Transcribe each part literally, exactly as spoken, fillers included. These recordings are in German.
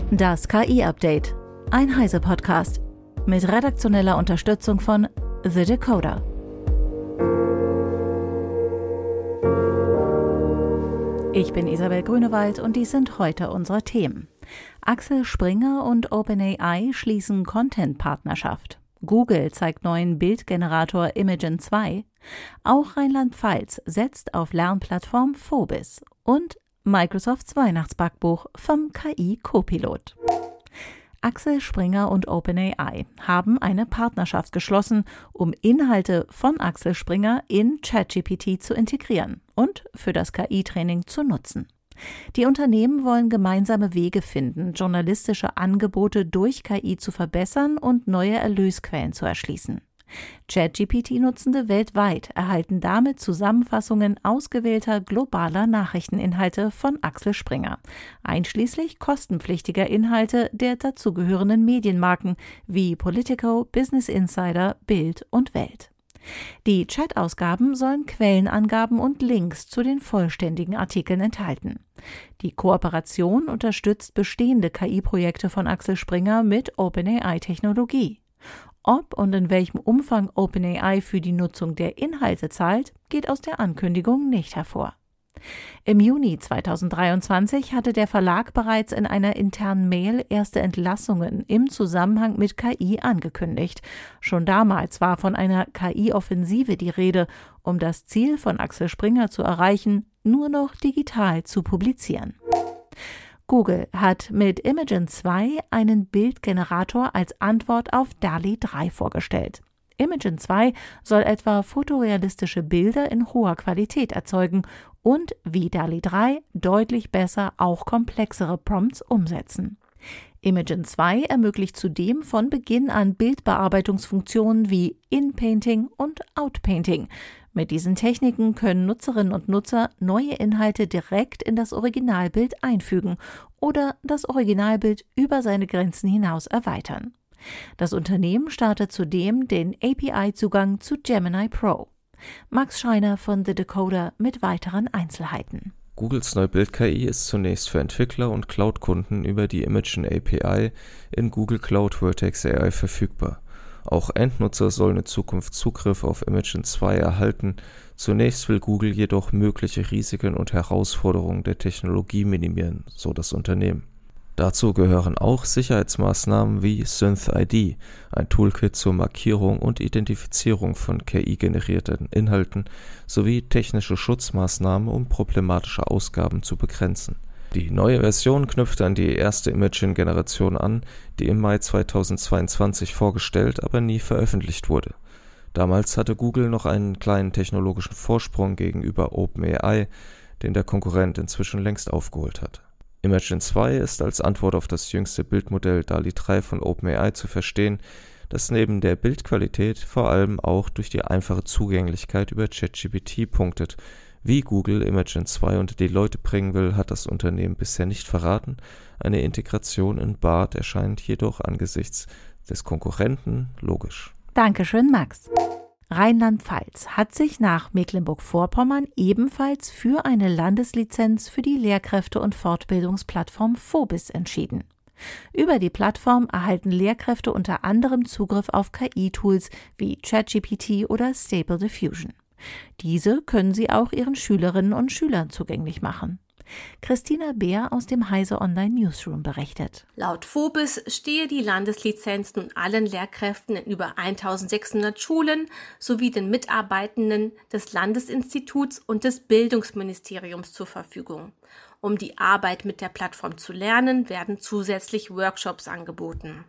Das K I-Update, ein Heise-Podcast mit redaktioneller Unterstützung von The Decoder. Ich bin Isabel Grünewald und dies sind heute unsere Themen. Axel Springer und OpenAI schließen Content-Partnerschaft. Google zeigt neuen Bildgenerator Imagen zwei. Auch Rheinland-Pfalz setzt auf Lernplattform Phobis. Und Microsofts Weihnachtsbackbuch vom K I-Copilot. Axel Springer und OpenAI haben eine Partnerschaft geschlossen, um Inhalte von Axel Springer in ChatGPT zu integrieren und für das K I-Training zu nutzen. Die Unternehmen wollen gemeinsame Wege finden, journalistische Angebote durch K I zu verbessern und neue Erlösquellen zu erschließen. ChatGPT-Nutzende weltweit erhalten damit Zusammenfassungen ausgewählter globaler Nachrichteninhalte von Axel Springer, einschließlich kostenpflichtiger Inhalte der dazugehörenden Medienmarken wie Politico, Business Insider, Bild und Welt. Die Chat-Ausgaben sollen Quellenangaben und Links zu den vollständigen Artikeln enthalten. Die Kooperation unterstützt bestehende K I-Projekte von Axel Springer mit OpenAI-Technologie. Ob und in welchem Umfang OpenAI für die Nutzung der Inhalte zahlt, geht aus der Ankündigung nicht hervor. Im Juni zweitausenddreiundzwanzig hatte der Verlag bereits in einer internen Mail erste Entlassungen im Zusammenhang mit K I angekündigt. Schon damals war von einer K I-Offensive die Rede, um das Ziel von Axel Springer zu erreichen, nur noch digital zu publizieren. Google hat mit Imagen zwei einen Bildgenerator als Antwort auf DALL-E drei vorgestellt. Imagen zwei soll etwa fotorealistische Bilder in hoher Qualität erzeugen und wie DALL-E drei deutlich besser auch komplexere Prompts umsetzen. Imagen zwei ermöglicht zudem von Beginn an Bildbearbeitungsfunktionen wie In-Painting und Out-Painting. Mit diesen Techniken können Nutzerinnen und Nutzer neue Inhalte direkt in das Originalbild einfügen oder das Originalbild über seine Grenzen hinaus erweitern. Das Unternehmen startet zudem den A P I-Zugang zu Gemini Pro. Max Schreiner von The Decoder mit weiteren Einzelheiten. Googles neue Bild-K I ist zunächst für Entwickler und Cloud-Kunden über die Imagen A P I in Google Cloud Vertex A I verfügbar. Auch Endnutzer sollen in Zukunft Zugriff auf Imagen zwei erhalten. Zunächst will Google jedoch mögliche Risiken und Herausforderungen der Technologie minimieren, so das Unternehmen. Dazu gehören auch Sicherheitsmaßnahmen wie SynthID, ein Toolkit zur Markierung und Identifizierung von K I-generierten Inhalten, sowie technische Schutzmaßnahmen, um problematische Ausgaben zu begrenzen. Die neue Version knüpft an die erste Imagen-Generation an, die im Mai zweitausendzweiundzwanzig vorgestellt, aber nie veröffentlicht wurde. Damals hatte Google noch einen kleinen technologischen Vorsprung gegenüber OpenAI, den der Konkurrent inzwischen längst aufgeholt hat. Imagen zwei ist als Antwort auf das jüngste Bildmodell DALL-E drei von OpenAI zu verstehen, das neben der Bildqualität vor allem auch durch die einfache Zugänglichkeit über ChatGPT punktet. Wie Google Imagen zwei unter die Leute bringen will, hat das Unternehmen bisher nicht verraten. Eine Integration in Bard erscheint jedoch angesichts des Konkurrenten logisch. Dankeschön, Max. Rheinland-Pfalz hat sich nach Mecklenburg-Vorpommern ebenfalls für eine Landeslizenz für die Lehrkräfte- und Fortbildungsplattform Phobis entschieden. Über die Plattform erhalten Lehrkräfte unter anderem Zugriff auf K I-Tools wie ChatGPT oder Stable Diffusion. Diese können sie auch ihren Schülerinnen und Schülern zugänglich machen. Christina Beer aus dem Heise Online Newsroom berichtet. Laut Phobis stehe die Landeslizenz nun allen Lehrkräften in über eintausendsechshundert Schulen sowie den Mitarbeitenden des Landesinstituts und des Bildungsministeriums zur Verfügung. Um die Arbeit mit der Plattform zu lernen, werden zusätzlich Workshops angeboten.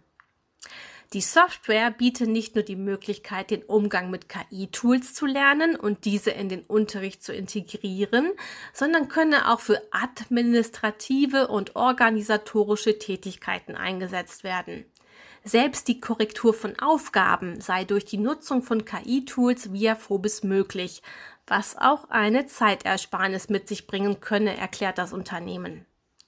Die Software bietet nicht nur die Möglichkeit, den Umgang mit K I-Tools zu lernen und diese in den Unterricht zu integrieren, sondern könne auch für administrative und organisatorische Tätigkeiten eingesetzt werden. Selbst die Korrektur von Aufgaben sei durch die Nutzung von K I-Tools via Phobis möglich, was auch eine Zeitersparnis mit sich bringen könne, erklärt das Unternehmen.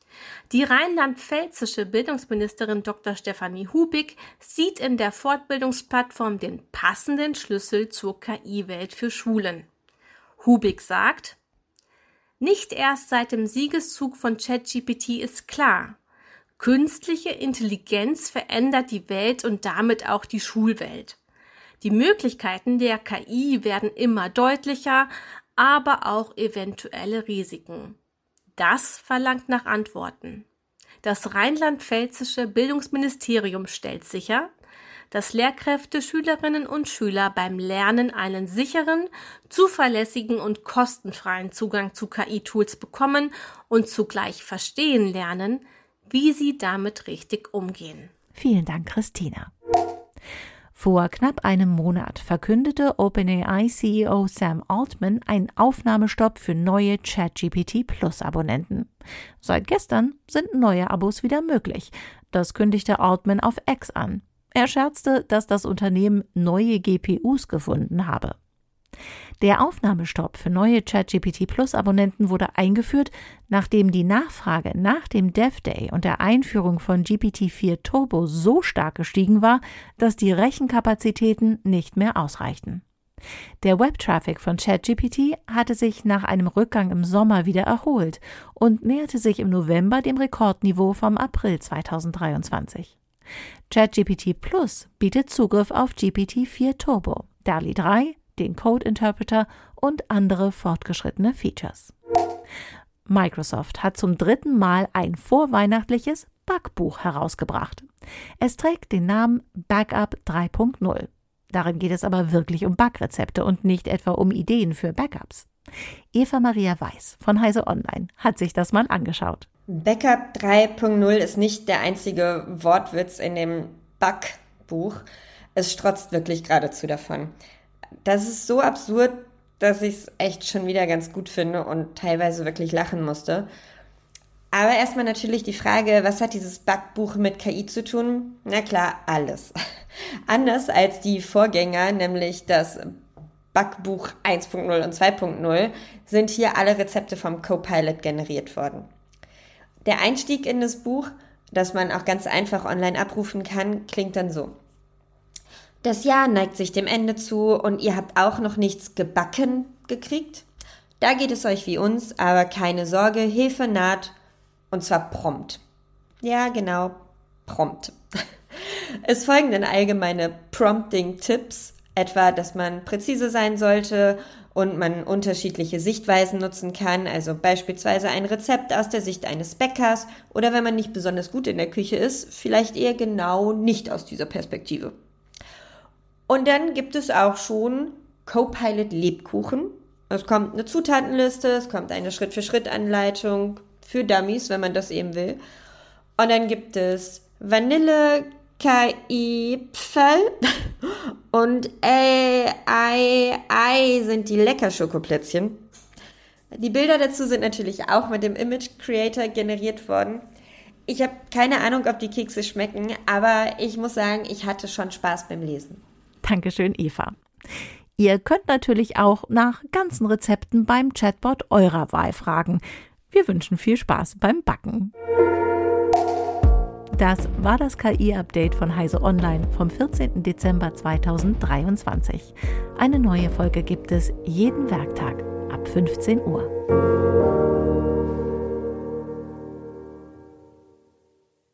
Die rheinland-pfälzische Bildungsministerin Doktor Stefanie Hubig sieht in der Fortbildungsplattform den passenden Schlüssel zur K I-Welt für Schulen. Hubig sagt: Nicht erst seit dem Siegeszug von ChatGPT ist klar, Künstliche Intelligenz verändert die Welt und damit auch die Schulwelt. Die Möglichkeiten der K I werden immer deutlicher, aber auch eventuelle Risiken. Das verlangt nach Antworten. Das rheinland-pfälzische Bildungsministerium stellt sicher, dass Lehrkräfte, Schülerinnen und Schüler beim Lernen einen sicheren, zuverlässigen und kostenfreien Zugang zu K I-Tools bekommen und zugleich verstehen lernen, wie sie damit richtig umgehen. Vielen Dank, Christina. Vor knapp einem Monat verkündete OpenAI-C E O Sam Altman einen Aufnahmestopp für neue ChatGPT Plus Abonnenten. Seit gestern sind neue Abos wieder möglich. Das kündigte Altman auf X an. Er scherzte, dass das Unternehmen neue G P Us gefunden habe. Der Aufnahmestopp für neue ChatGPT Plus Abonnenten wurde eingeführt, nachdem die Nachfrage nach dem Dev Day und der Einführung von G P T vier Turbo so stark gestiegen war, dass die Rechenkapazitäten nicht mehr ausreichten. Der Webtraffic von ChatGPT hatte sich nach einem Rückgang im Sommer wieder erholt und näherte sich im November dem Rekordniveau vom April zweitausenddreiundzwanzig. ChatGPT Plus bietet Zugriff auf G P T vier Turbo, DALL-E drei, den Code Interpreter und andere fortgeschrittene Features. Microsoft hat zum dritten Mal ein vorweihnachtliches Backbuch herausgebracht. Es trägt den Namen Backup drei Punkt null. Darin geht es aber wirklich um Backrezepte und nicht etwa um Ideen für Backups. Eva Maria Weiß von Heise Online hat sich das mal angeschaut. Backup drei Punkt null ist nicht der einzige Wortwitz in dem Backbuch. Es strotzt wirklich geradezu davon. Das ist so absurd, dass ich es echt schon wieder ganz gut finde und teilweise wirklich lachen musste. Aber erstmal natürlich die Frage, was hat dieses Backbuch mit K I zu tun? Na klar, alles. Anders als die Vorgänger, nämlich das Backbuch eins Punkt null und zwei Punkt null, sind hier alle Rezepte vom Copilot generiert worden. Der Einstieg in das Buch, das man auch ganz einfach online abrufen kann, klingt dann so. Das Jahr neigt sich dem Ende zu und ihr habt auch noch nichts gebacken gekriegt? Da geht es euch wie uns, aber keine Sorge, Hilfe naht und zwar prompt. Ja, genau, prompt. Es folgen dann allgemeine Prompting-Tipps, etwa, dass man präzise sein sollte und man unterschiedliche Sichtweisen nutzen kann, also beispielsweise ein Rezept aus der Sicht eines Bäckers oder wenn man nicht besonders gut in der Küche ist, vielleicht eher genau nicht aus dieser Perspektive. Und dann gibt es auch schon Copilot Lebkuchen. Es kommt eine Zutatenliste, es kommt eine Schritt-für-Schritt-Anleitung für Dummies, wenn man das eben will. Und dann gibt es Vanille, K I-Pfell und A I I sind die Lecker-Schokoplätzchen. Die Bilder dazu sind natürlich auch mit dem Image Creator generiert worden. Ich habe keine Ahnung, ob die Kekse schmecken, aber ich muss sagen, ich hatte schon Spaß beim Lesen. Dankeschön, Eva. Ihr könnt natürlich auch nach ganzen Rezepten beim Chatbot eurer Wahl fragen. Wir wünschen viel Spaß beim Backen. Das war das K I-Update von Heise Online vom vierzehnten Dezember zweitausenddreiundzwanzig. Eine neue Folge gibt es jeden Werktag ab fünfzehn Uhr.